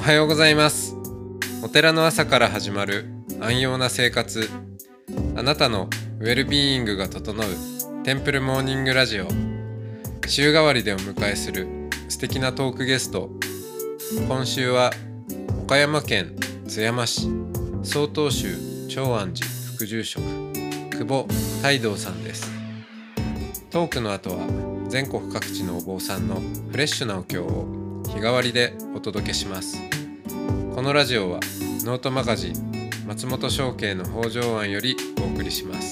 はようございます。お寺の朝から始まる安養な生活、あなたのウェルビーイングが整うテンプルモーニングラジオ。週替わりでお迎えする素敵なトークゲスト。今週は岡山県津山市曹洞宗長安寺副住職久保泰道さんです。トークの後は全国各地のお坊さんのフレッシュなお経を日替わりでお届けします。このラジオはノートマガジン松本商家の北条庵よりお送りします。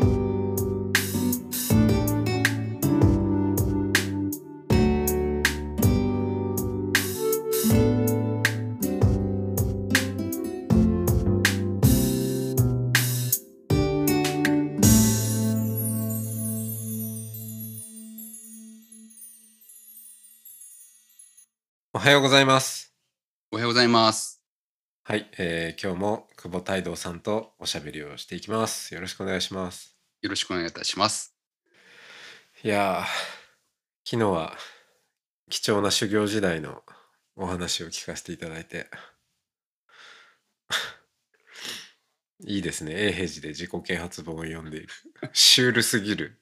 おはようございます。 おはようございます。 はい、今日も久保泰道さんとおしゃべりをしていきます。よろしくお願いします。 よろしくお願いいたします。 いやー、昨日は貴重な修行時代のお話を聞かせていただいていいですね。永平寺で自己啓発本を読んでいるシュールすぎる。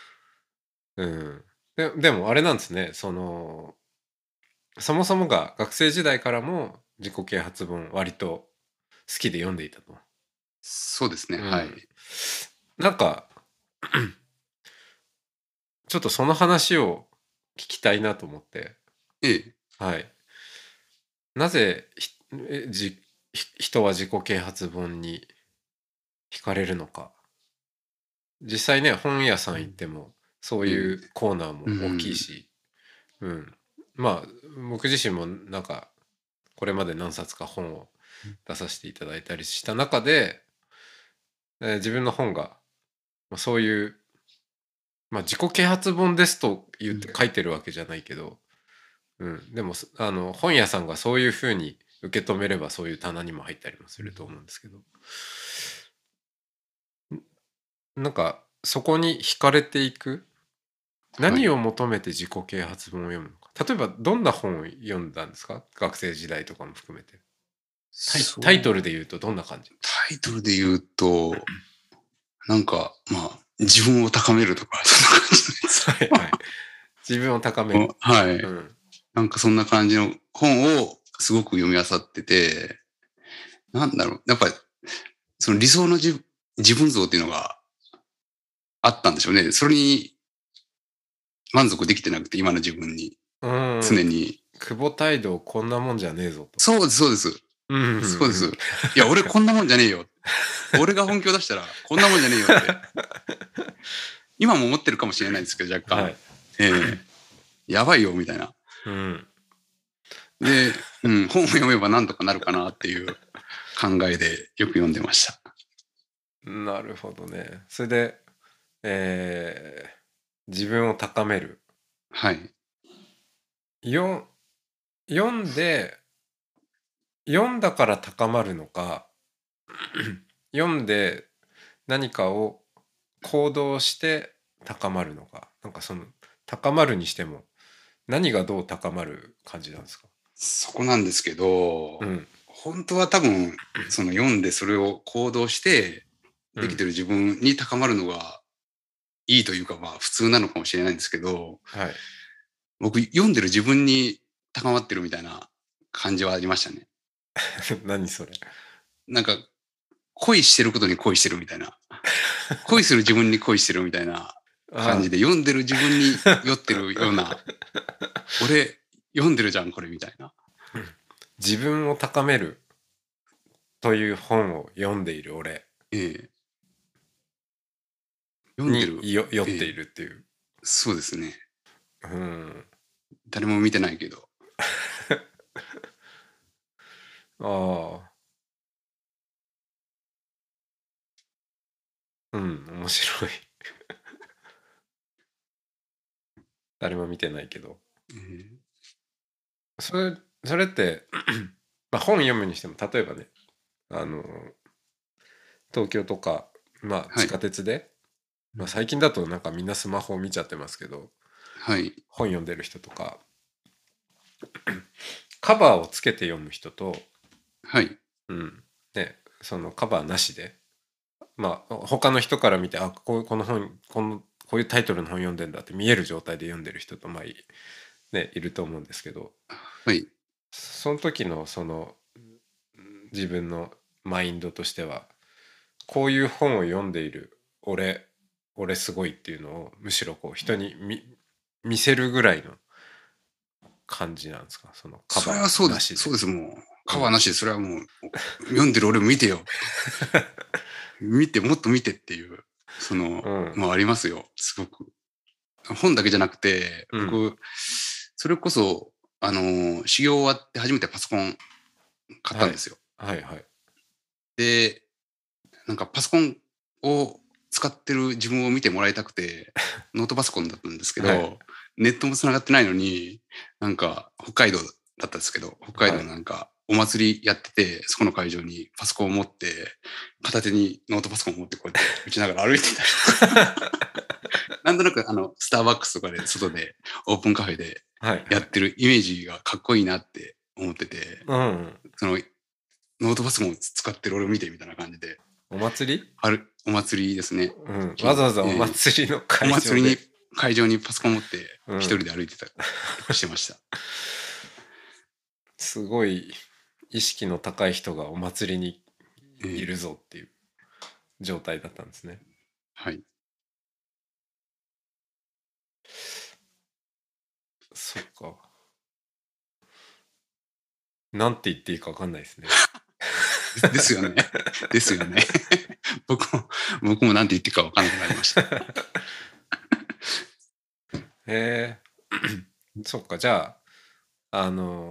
でもあれなんですね。そもそもが学生時代からも自己啓発本割と好きで読んでいたと。 そうですね、はい。 なんかちょっとその話を聞きたいなと思って。はい。なぜ人は自己啓発本に惹かれるのか。実際ね、本屋さん行ってもそういうコーナーも大きいし、まあ僕自身もなんかこれまで何冊か本を出させていただいたりした中で、自分の本がそういう、自己啓発本ですと言って書いてるわけじゃないけど、でも本屋さんがそういうふうに受け止めればそういう棚にも入ったりもすると思うんですけど、なんかそこに惹かれていく、何を求めて自己啓発本を読むのか。例えばどんな本を読んだんですか？学生時代とかも含めて。タイトルで言うとどんな感じ？ タイトルで言うと、なんか自分を高めるとかそんな感じですはいはい。自分を高める。 はい、なんかそんな感じの本をすごく読み漁ってて、なんだろう、やっぱりその理想の自分像っていうのがあったんでしょうね。それに満足できてなくて、今の自分に常に。 久保泰道こんなもんじゃねえぞと。 そうですそうです。そうです。いや俺こんなもんじゃねえよ。俺が本気を出したらこんなもんじゃねえよって今も思ってるかもしれないですけど、若干、やばいよみたいな。で、本を読めばなんとかなるかなっていう考えでよく読んでました。 なるほどね。それで、自分を高める。 はい。 読んだから高まるのか読んで何かを行動して高まるのか。なんかその高まるにしても何がどう高まる感じなんですか？ そこなんですけど、本当は多分その読んでそれを行動してできてる自分に高まるのがいいというか、普通なのかもしれないんですけど、僕読んでる自分に高まってるみたいな感じはありましたね。 何それ？ なんか恋してることに恋してるみたいな。恋する自分に恋してるみたいな感じで、読んでる自分に酔ってるような、俺読んでるじゃんこれみたいな。 自分を高めるという本を読んでいる俺に酔っているっていう。 そうですね。誰も見てないけど。 面白い誰も見てないけど、それって本読むにしても、例えばね、東京とか地下鉄で、最近だとなんかみんなスマホを見ちゃってますけど、本読んでる人とかカバーをつけて読む人と、 はい。 ね、そのカバーなしで、まあ他の人から見て、あ、この本、こういうタイトルの本読んでんだって見える状態で読んでる人と、まあね、いると思うんですけど、 はい。 その時のその自分のマインドとしては、こういう本を読んでいる俺すごいっていうのをむしろこう人に見せるぐらいの感じなんですか、そのカそれバはそうです。 ーなしで。 そうです。もう、カバーうん。 なしで、それはもう、読んでる俺見てよ。見て、もっと見てっていう、 うん。 ありますよ。すごく。本だけじゃなくて、 うん。 僕、それこそ、修行終わって初めてパソコン買ったはい。 んですよ。 はいはい。 で、なんかパソコンを使ってる自分を見てもらいたくて、ノートパソコンだったんですけはい。 ど、ネットも繋がってないのに、なんか北海道だったんですけど、北海道はい。 のなんかお祭りやってて、そこの会場にパソコンを持って、片手にノートパソコンを持ってこうやって打ちながら歩いてたりとか、なんとなくスターバックスとかで外でオープンカフェではいはい。 やってるイメージがかっこいいなって思ってて、 うん。 そのノートパソコンを使ってる俺を見てみたいな感じで、 お祭り。 お祭りですね。 うん。わざわざお祭りのお祭りに、 会場で。 会場にパソコン持って一人うん。 で歩いてたりとかしてました。 すごい意識の高い人がお祭りにいるええぞっていう状態だったんですね。 はい。 そっか。なんて言っていいかわかんないですね。 ですよね。ですよね。僕も、僕もなんて言っていいかわかんなくなりました。 へえ。そっか。じゃあ、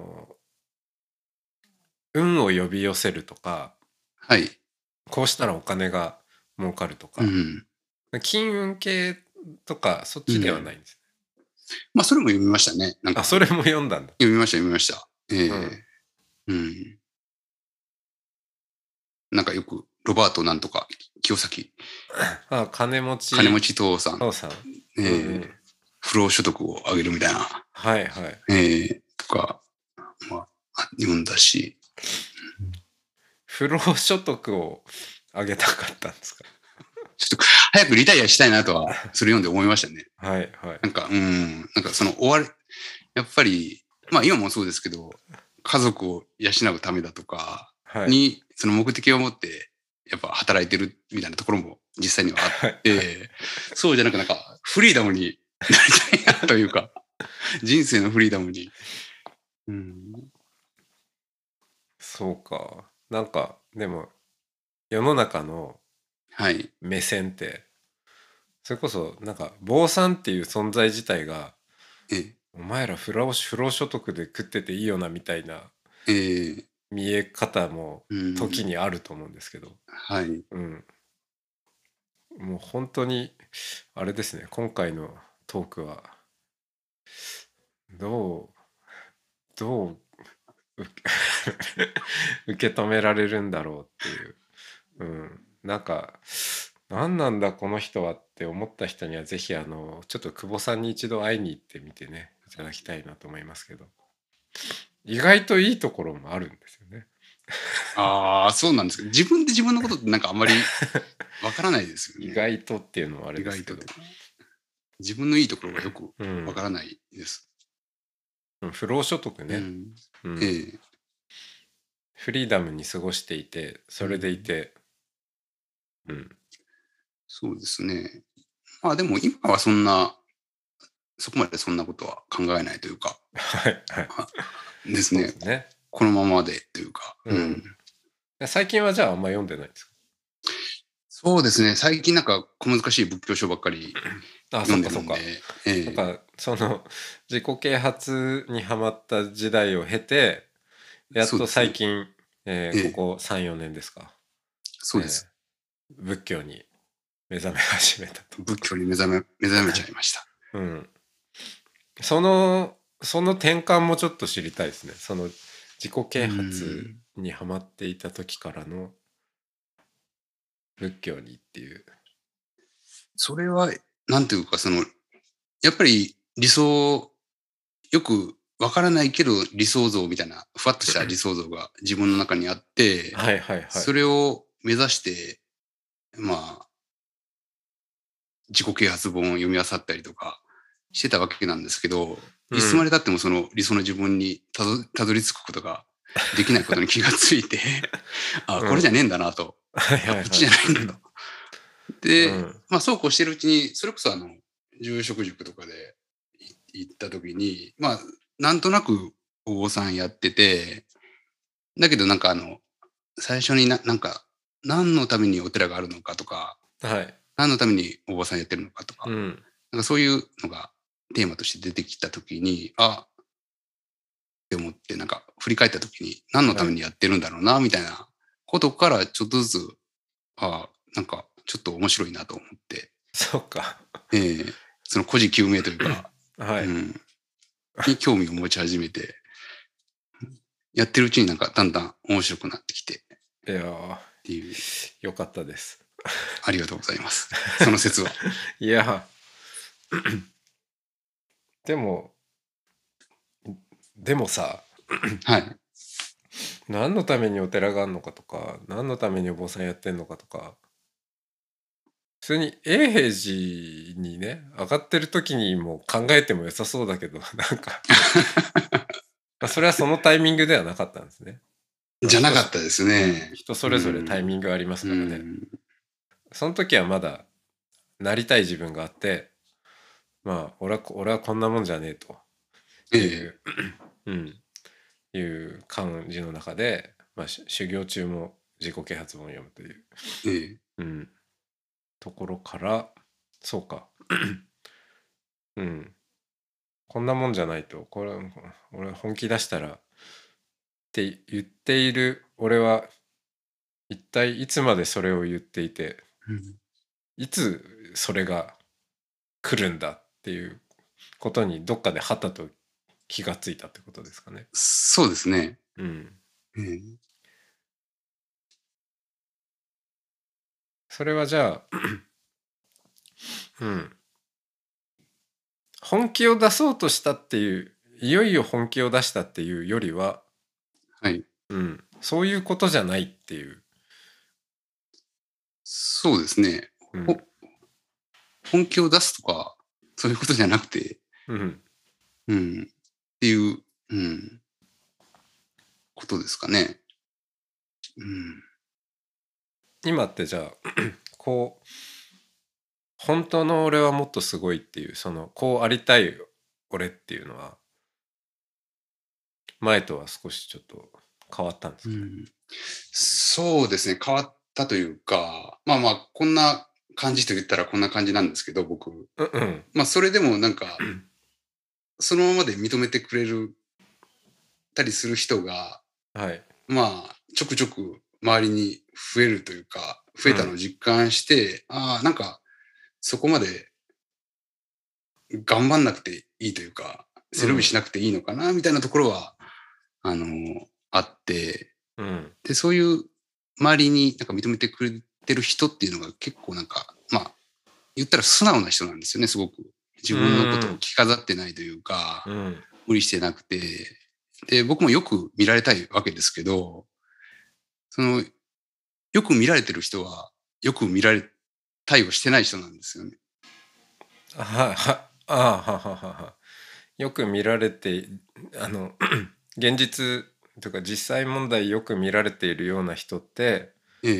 運を呼び寄せるとか、 はい。 こうしたらお金が儲かるとか、 うん。 金運系とか、そっちではなうん。 いんです。 それも読みましたね。なんあ、 かそれも読んだんだ。 読みました。 うん。 うん。なんかよく、ロバートなんとか、清崎、 あ、金持金持ちち父さん、 父さん。 えうんうえん。 不労所得を上げるみたいな、 はいはい。 とか、読んだし、 不労所得を上げたかったんですか。 ちょっと早くリタイアしたいなとは、それ読んで思いましたね。 はいはい。 なんかその終わり、やっぱり、今もそうですけど、家族を養うためだとかはい。 に、その目的を持って、やっぱ働いてるみたいなところも実際にはあっはいはい。 て、そうじゃなくなんかフリーダムになりたいなというか、人生のフリーダムに。うん、 そうか。なんか、でも、世の中のはい。 目線って、それこそ、なんか、坊さんっていう存在自体が、 え、 お前ら不労所得で食ってていいよな、みたいなえ見え方もうん、 時にあると思うんですけど、 はい。 うん。もう本当に、あれですね、今回のトークは、どどう受け止められるんだろうっていう。うん。なんか、何なんだこの人はって思った人にはぜひちょっと久保さんに一度会いに行ってみてね、いただきたいなと思いますけど。意外といいところもあるんですよね。 ああ、そうなんですけど、自分で自分のことってなんかあんまりわからないですよ意ね。 外とっていうのはあれ意ですけど。 外とって。自分のいいところがよくうん。 わからないです。 うん、不労所得ね。 うん。 うん。 ええ。 フリーダムに過ごしていて、それでいうん。 て、うん。 そうですね。でも今はそこまでそんなことは考えないというか、 はいはい。 あですね。 そうですね。 このままでというか、 うん。最近はじゃああんま読んでないんですか。 そうですね。最近なんか小難しい仏教書ばっかりあ、そ読んでるんで、 っかそっか。なんええか、自己啓発にハマった時代を経て、やっとそうですね。 最近、こええこ3、4年ですか。えそうです。 仏教に目覚め始めたと。 仏教に目覚めちゃいました。 うん。その転換もちょっと知りたいですね。その自己う啓発ん。 にハマっていた時からの仏教にっていう。 それは、なんていうか、やっぱり理想、よくわからないけど理想像みたいな、ふわっとした理想像が自分の中にあって、 はいはいはい。 それを目指して、まあ、自己啓発本を読み漁ったりとかしてたわけなんですけど、いつまで経ってもその理想の自分にたどり着くことができないことに気がついて、あ、これじゃねえんだなと。こっちじゃないんだと。で、まあそうこうしてるうちに、それこそ住職塾とかで行った時に、まあ、なんとなくお坊さんやってて、だけどなんか最初になんか、何のためにお寺があるのかとか、 はい。 何のためにお坊さんやってるのかとか、 うん。 なんかそういうのがテーマとして出てきた時に、あって思って、なんか振り返った時に何のためにやってるんだろうな、みたいなことからちょっとずつ、なんかちょっと面白いなと思って。 そうか。 その孤児究明というか、 はい。 に興味を持ち始めて、やってるうちになんかだんだん面白くなってきて。 いやー、よかったです。 ありがとうございます。その説は。 いや、でもさ、 はい。 何のためにお寺があるのかとか、何のためにお坊さんやってんのかとか、普通に永平寺にね、上がってる時にも考えても良さそうだけど、なんかまあそれはそのタイミングではなかったんですね。 じゃなかったですね。 人それぞれタイミングありますからね。その時はまだなりたい自分があって、まあ俺はこんなもんじゃねえという、いう感じの中で、まあ、修行中も自己啓発本を読むという、ところからそうかこんなもんじゃないと、これ俺本気出したらって言っている俺は一体いつまでそれを言っていて、いつそれが来るんだっていうことにどっかではたと気がついたってことですかね。 そうですね。 それはじゃあ本気を出そうとしたっていう、いよいよ本気を出したっていうよりは、 はい。 そういうことじゃないっていう。 そうですね。本気を出すとか、そういうことじゃなくて、っていう、ことですかね。 今ってじゃあこう本当の俺はもっとすごいっていう、そのこうありたい俺っていうのは前とは少しちょっと変わったんですかね。 そうですね、変わったというか、まあまあこんな感じと言ったらこんな感じなんですけど、僕。まあそれでもなんか、そのままで認めてくれるたりする人が、まあちょくちょく周りに増えるというか、増えたのを実感して、なんかそこまで頑張んなくていいというか、背伸びしなくていいのかなみたいなところは、あって、でそういう周りになんか認めてくれてる人っていうのが結構なんか、まあ言ったら素直な人なんですよね、すごく。自分のことを着飾ってないというか、無理してなくて。で、僕もよく見られたいわけですけど、よく見られてる人は、よく見られたいをしてない人なんですよね。 よく見られて、現実というか実際問題よく見られているような人って、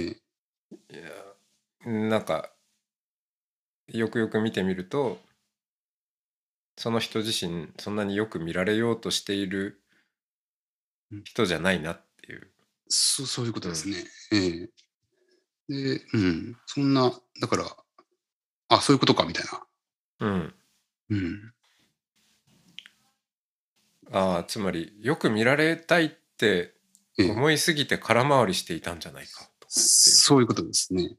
なんかよくよく見てみると、その人自身そんなによく見られようとしている人じゃないなっていう。 そういうことですね。で、そんな、だから、そういうことかみたいな。 つまりよく見られたいって思いすぎて空回りしていたんじゃないかとかっていう。 そういうことですね。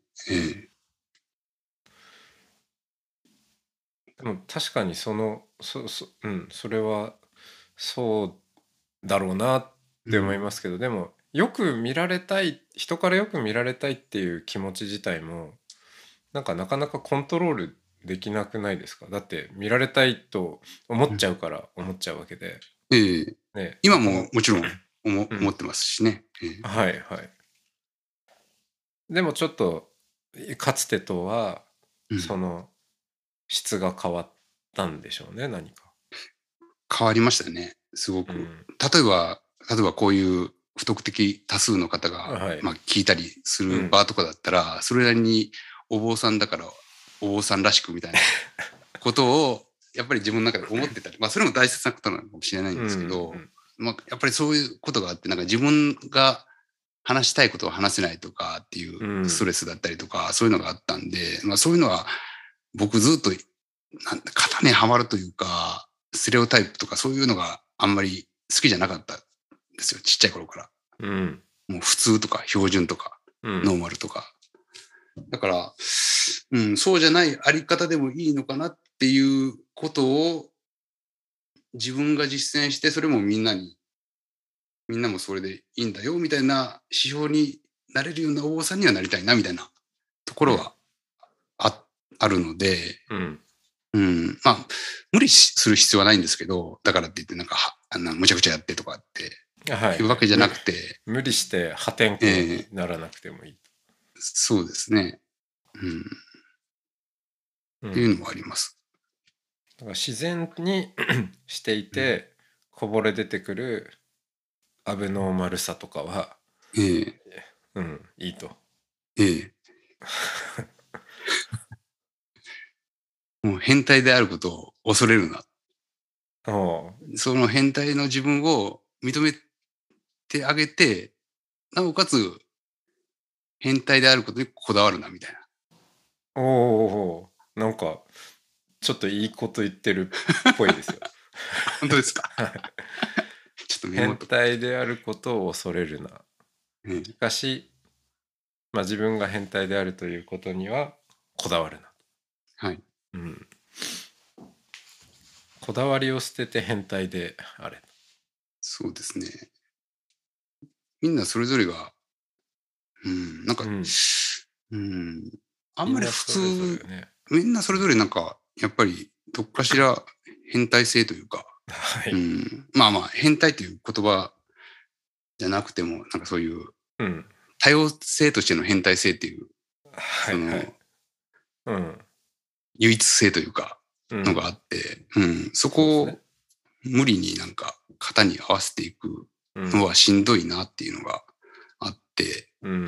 でも確かにそれはそうだろうなって思いますけど、でもよく見られたい、人からよく見られたいっていう気持ち自体もなかなかコントロールできなくないですか？だって見られたいと思っちゃうから思っちゃうわけで。 ね、今ももちろん思ってますしね。 はいはい。でもちょっとかつてとはその質が変わったんでしょうね、何か。 変わりましたね、すごく。例えばこういう不特定多数の方が、まあ、聞いたりする場とかだったら、それなりにお坊さんだからお坊さんらしくみたいなことをやっぱり自分の中で思ってたり、まあそれも大切なことなのかもしれないんですけど、まあ、やっぱりそういうことがあって、なんか自分が話したいことを話せないとかっていうストレスだったりとか、そういうのがあったんで、まあそういうのは僕ずっと型にはまるというか、ステレオタイプとかそういうのがあんまり好きじゃなかったんですよ、ちっちゃい頃から。もう普通とか標準とか、ノーマルとか。だから、そうじゃないあり方でもいいのかなっていうことを自分が実践して、それもみんなもそれでいいんだよみたいな指標になれるようなお坊さんにはなりたいなみたいなところはあるので、まあ無理する必要はないんですけど、だからって言ってなんかむちゃくちゃやってとかっていうわけじゃなくて、 無理して破天荒にならなくてもいい。 そうですね。っていうのもあります。 だから自然にしていて、こぼれ出てくるアブノーマルさとかは、いいと。 もう変態であることを恐れるな。その変態の自分を認めてあげて、なおかつ変態であることにこだわるなみたいな。 なんかちょっといいこと言ってるっぽいですよ。 本当ですか。 ちょっと変態であることを恐れるな。しかし、まあ、自分が変態であるということにはこだわるな。 はい。 こだわりを捨てて変態であれ。 そうですね。みんなそれぞれが、なんか、あんまり普通、みんなそれぞれなんか、やっぱりどっかしら変態性というか、まあまあ変態という言葉じゃなくても、なんかそういう多様性としての変態性っていう、その、唯一性というか、のがあって、そこを無理になんか型に合わせていくのはしんどいなっていうのがあって、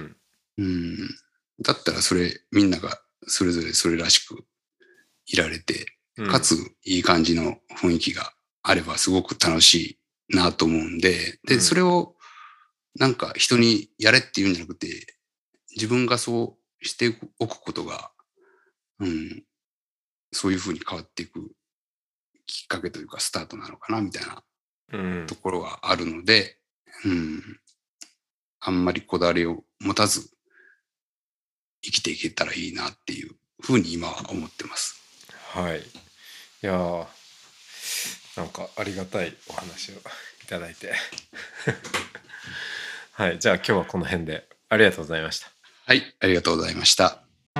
だったらそれみんながそれぞれそれらしくいられて、かついい感じの雰囲気があればすごく楽しいなと思うんで、それをなんか人にやれって言うんじゃなくて、自分がそうしておくことが、そういうふうに変わっていくきっかけというかスタートなのかなみたいなところがあるので、あんまりこだわりを持たず生きていけたらいいなっていうふうに今は思ってます。 はい。いやー、なんかありがたいお話をいただいてはい、じゃあ今日はこの辺でありがとうございました。 はい、ありがとうございました。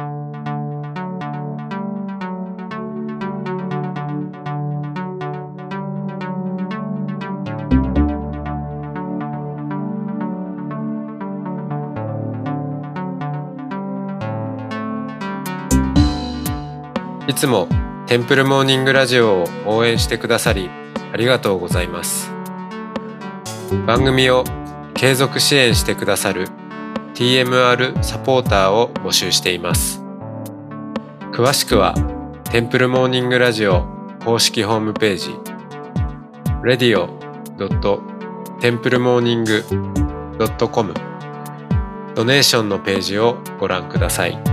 いつもテンプルモーニングラジオを応援してくださりありがとうございます。番組を継続支援してくださる TMR サポーターを募集しています。詳しくはテンプルモーニングラジオ公式ホームページ radio.templemorning.com ドネーションのページをご覧ください。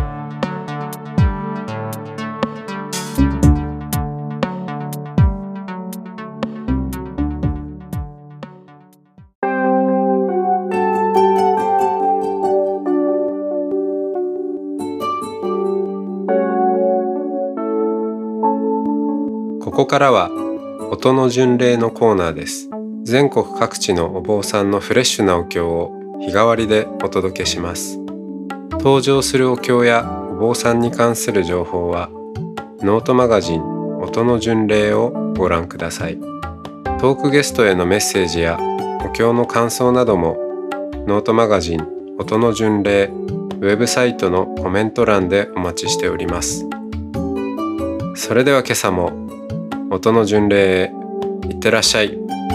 ここからは音の巡礼のコーナーです。全国各地のお坊さんのフレッシュなお経を日替わりでお届けします。登場するお経やお坊さんに関する情報はノートマガジン音の巡礼をご覧ください。 トークゲストへのメッセージやお経の感想などもノートマガジン音の巡礼ウェブサイトのコメント欄でお待ちしております。それでは今朝も音の巡礼へいってらっしゃい。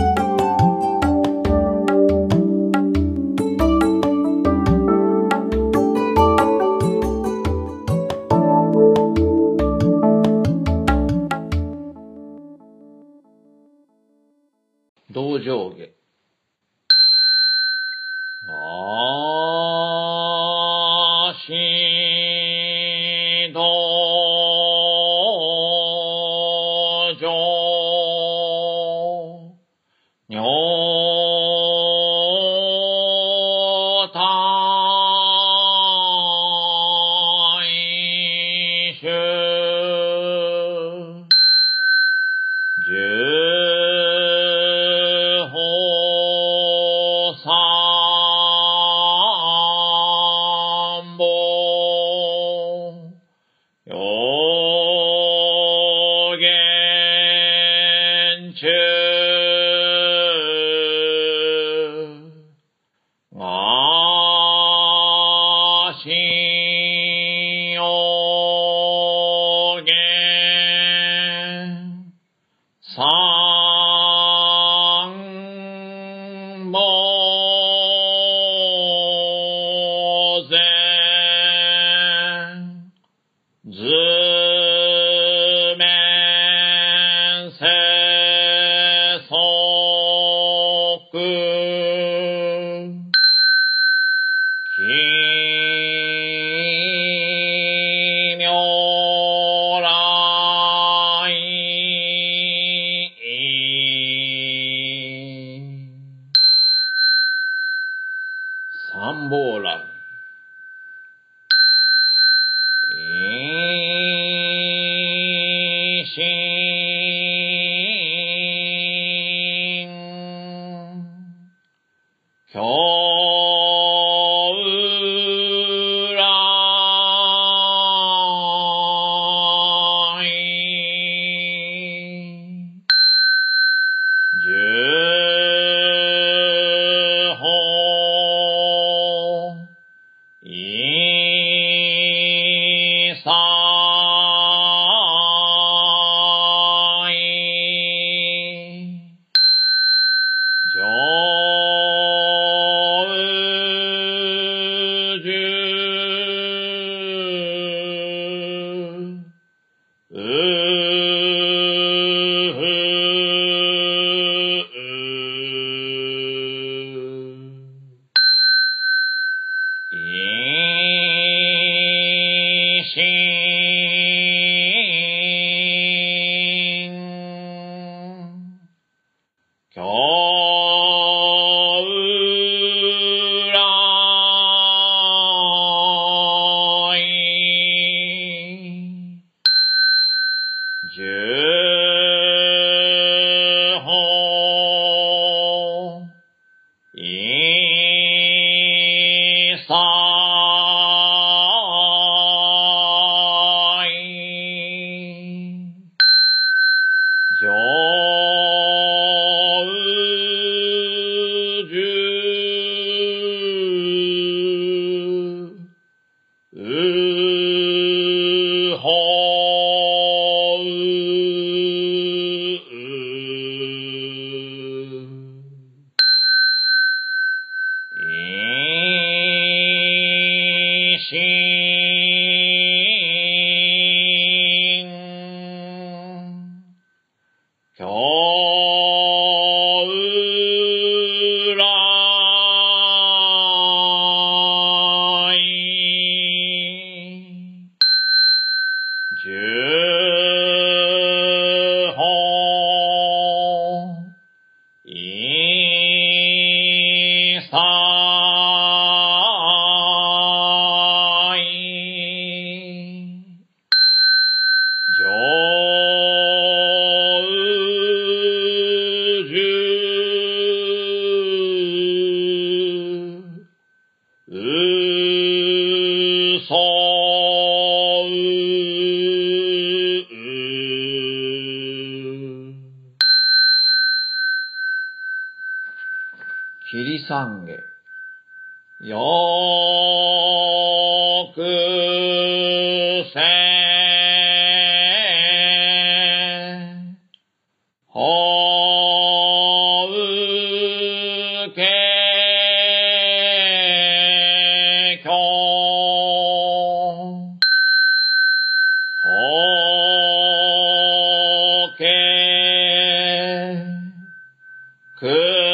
道上下。し道場女大衆十法三宝予言中我心予言三宝前図面世俗奇妙来三宝来一心京来十法一切上宇一心京来十法一切上宇法一心京来十法一切上宇切り三下。よーくせほうけきょほうけく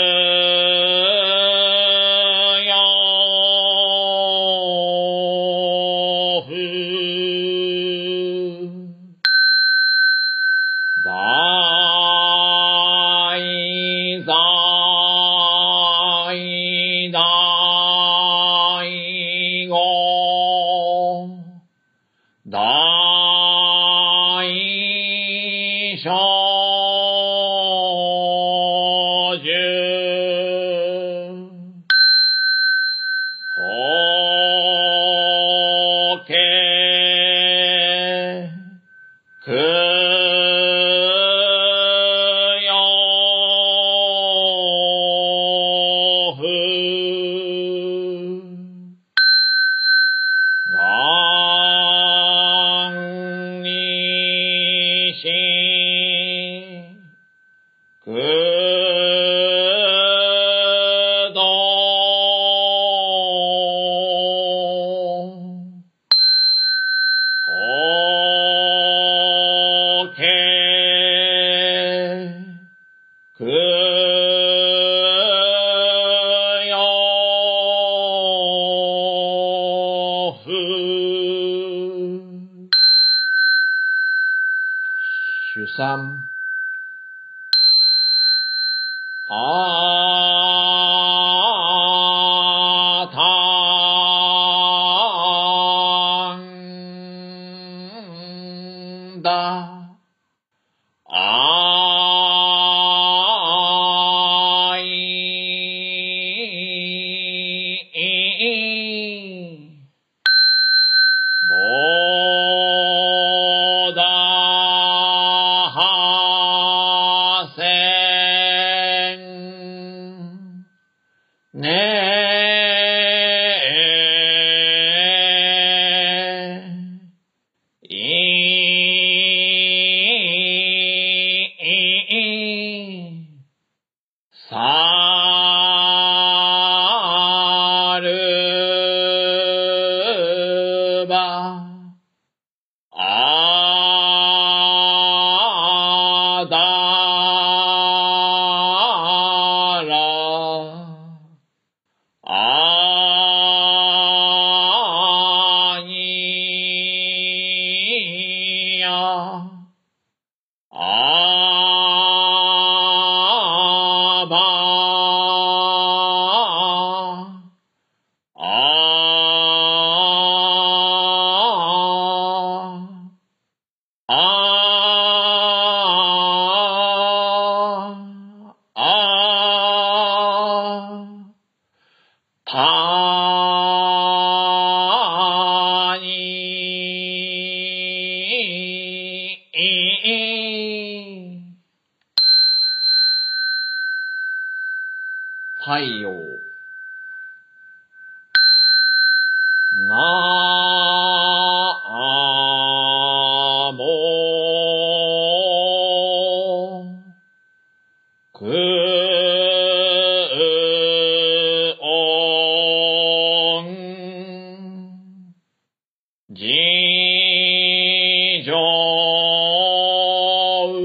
主三あたんだあいぼだはせんねさるばあだらあにやあばたに太陽なもくおんじじょう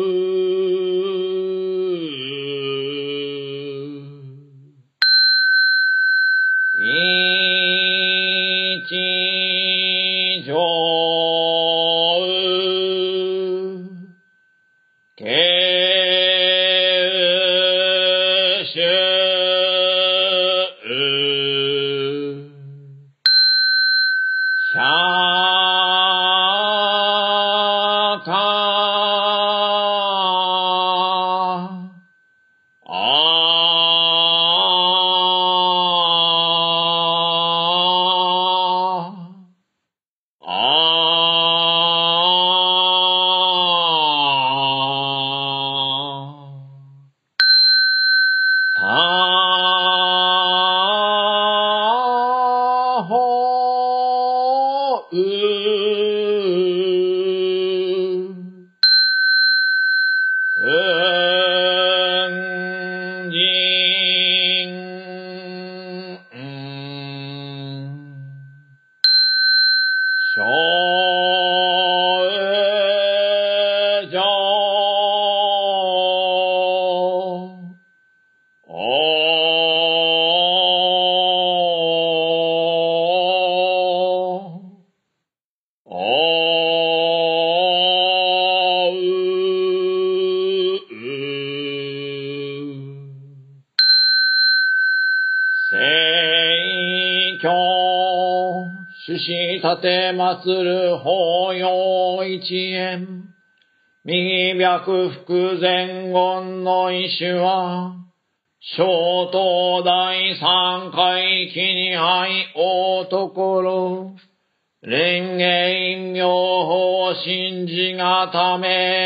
教、主子立て祀る法要一円、右白福前言の意志は、小東大三海域に愛おところ、蓮華妙法信じがた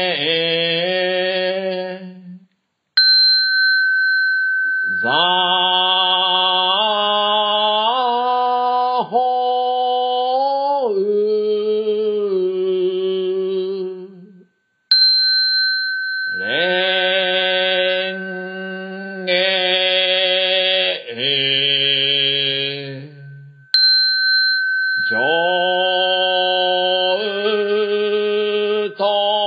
め、ザホウ蓮華上と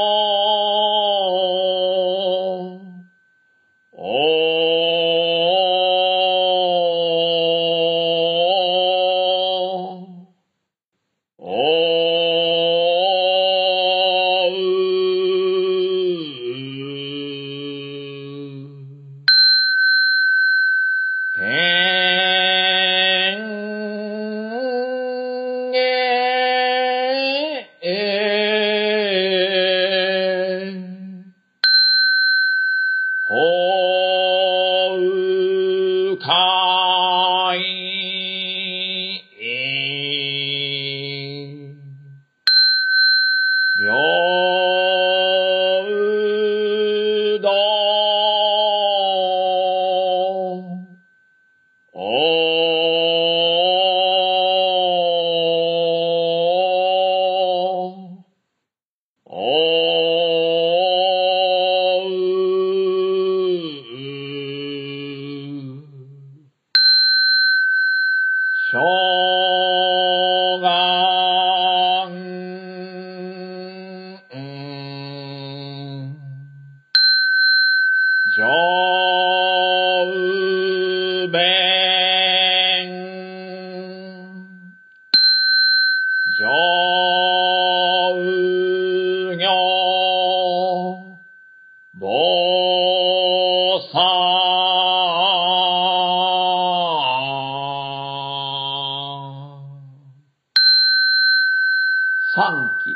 三期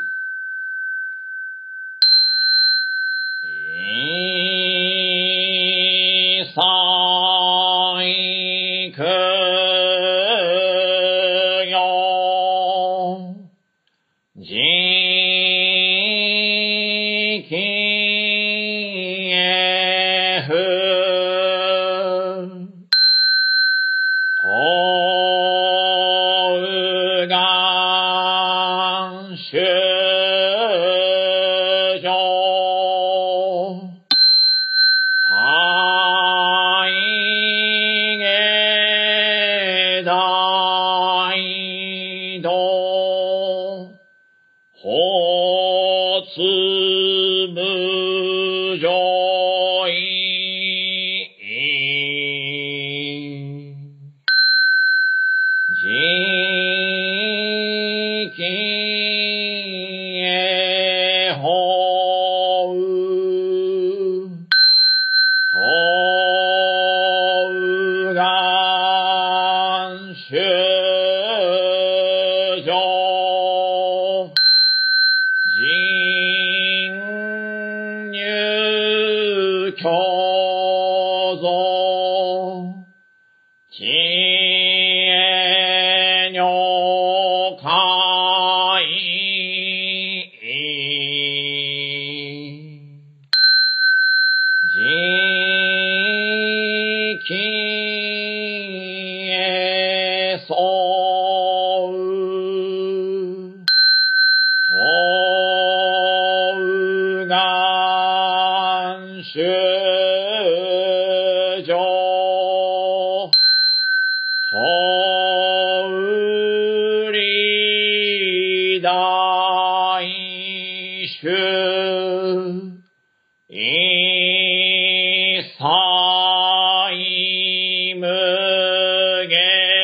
三苦よ人気へふとうがんしゅじょう大芸大道法つ無常意人気へ法とうがんしゅじょう人入教蔵知恵女会時期へそうとうがんしゅじょうとうり大衆一切無限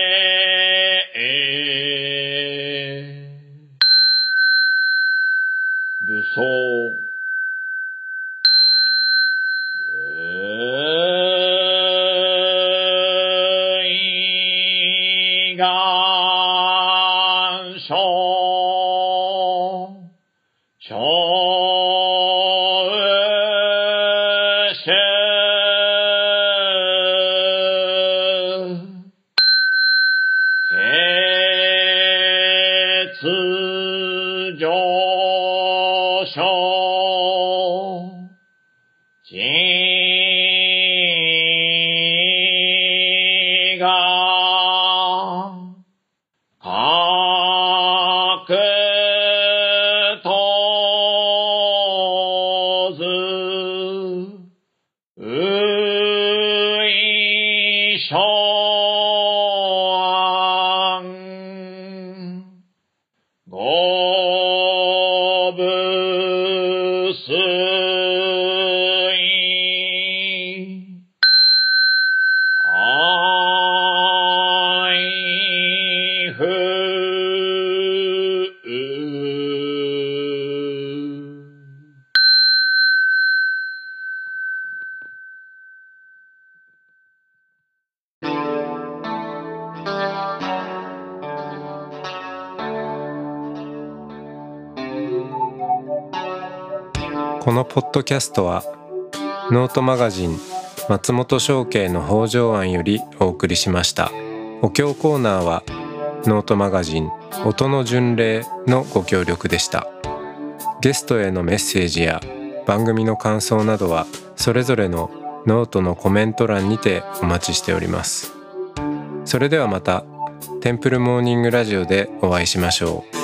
武装唯我小衆血上昇地が格とずういしょあんごぶすいあいふこのポッドキャストはノートマガジン松本商家の北条庵よりお送りしました。お経コーナーはノートマガジン音の巡礼のご協力でした。ゲストへのメッセージや番組の感想などはそれぞれのノートのコメント欄にてお待ちしております。それではまたテンプルモーニングラジオでお会いしましょう。